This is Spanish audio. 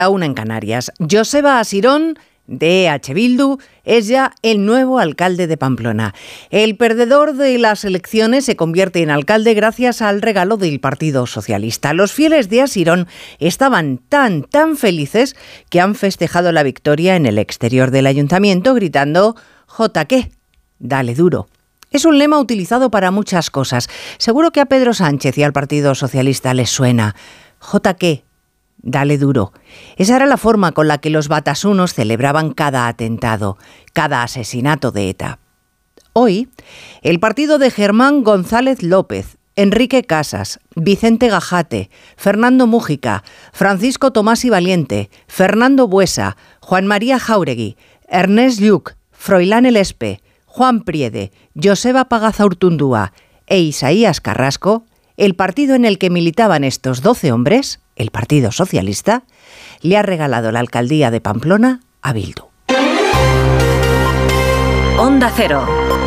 una en Canarias. Joseba Asirón, de EH Bildu, es ya el nuevo alcalde de Pamplona. El perdedor de las elecciones se convierte en alcalde gracias al regalo del Partido Socialista. Los fieles de Asirón estaban tan felices que han festejado la victoria en el exterior del ayuntamiento gritando «JQ, dale duro». Es un lema utilizado para muchas cosas. Seguro que a Pedro Sánchez y al Partido Socialista les suena «JQ, dale duro». Esa era la forma con la que los batasunos celebraban cada atentado, cada asesinato de ETA. Hoy, el partido de Germán González López, Enrique Casas, Vicente Gajate, Fernando Mújica, Francisco Tomás y Valiente, Fernando Buesa, Juan María Jáuregui, Ernest Lluch, Froilán Elespe, Juan Priede, Joseba Pagazaurtundúa e Isaías Carrasco, el partido en el que militaban estos 12 hombres, el Partido Socialista, le ha regalado la alcaldía de Pamplona a Bildu. Onda Cero.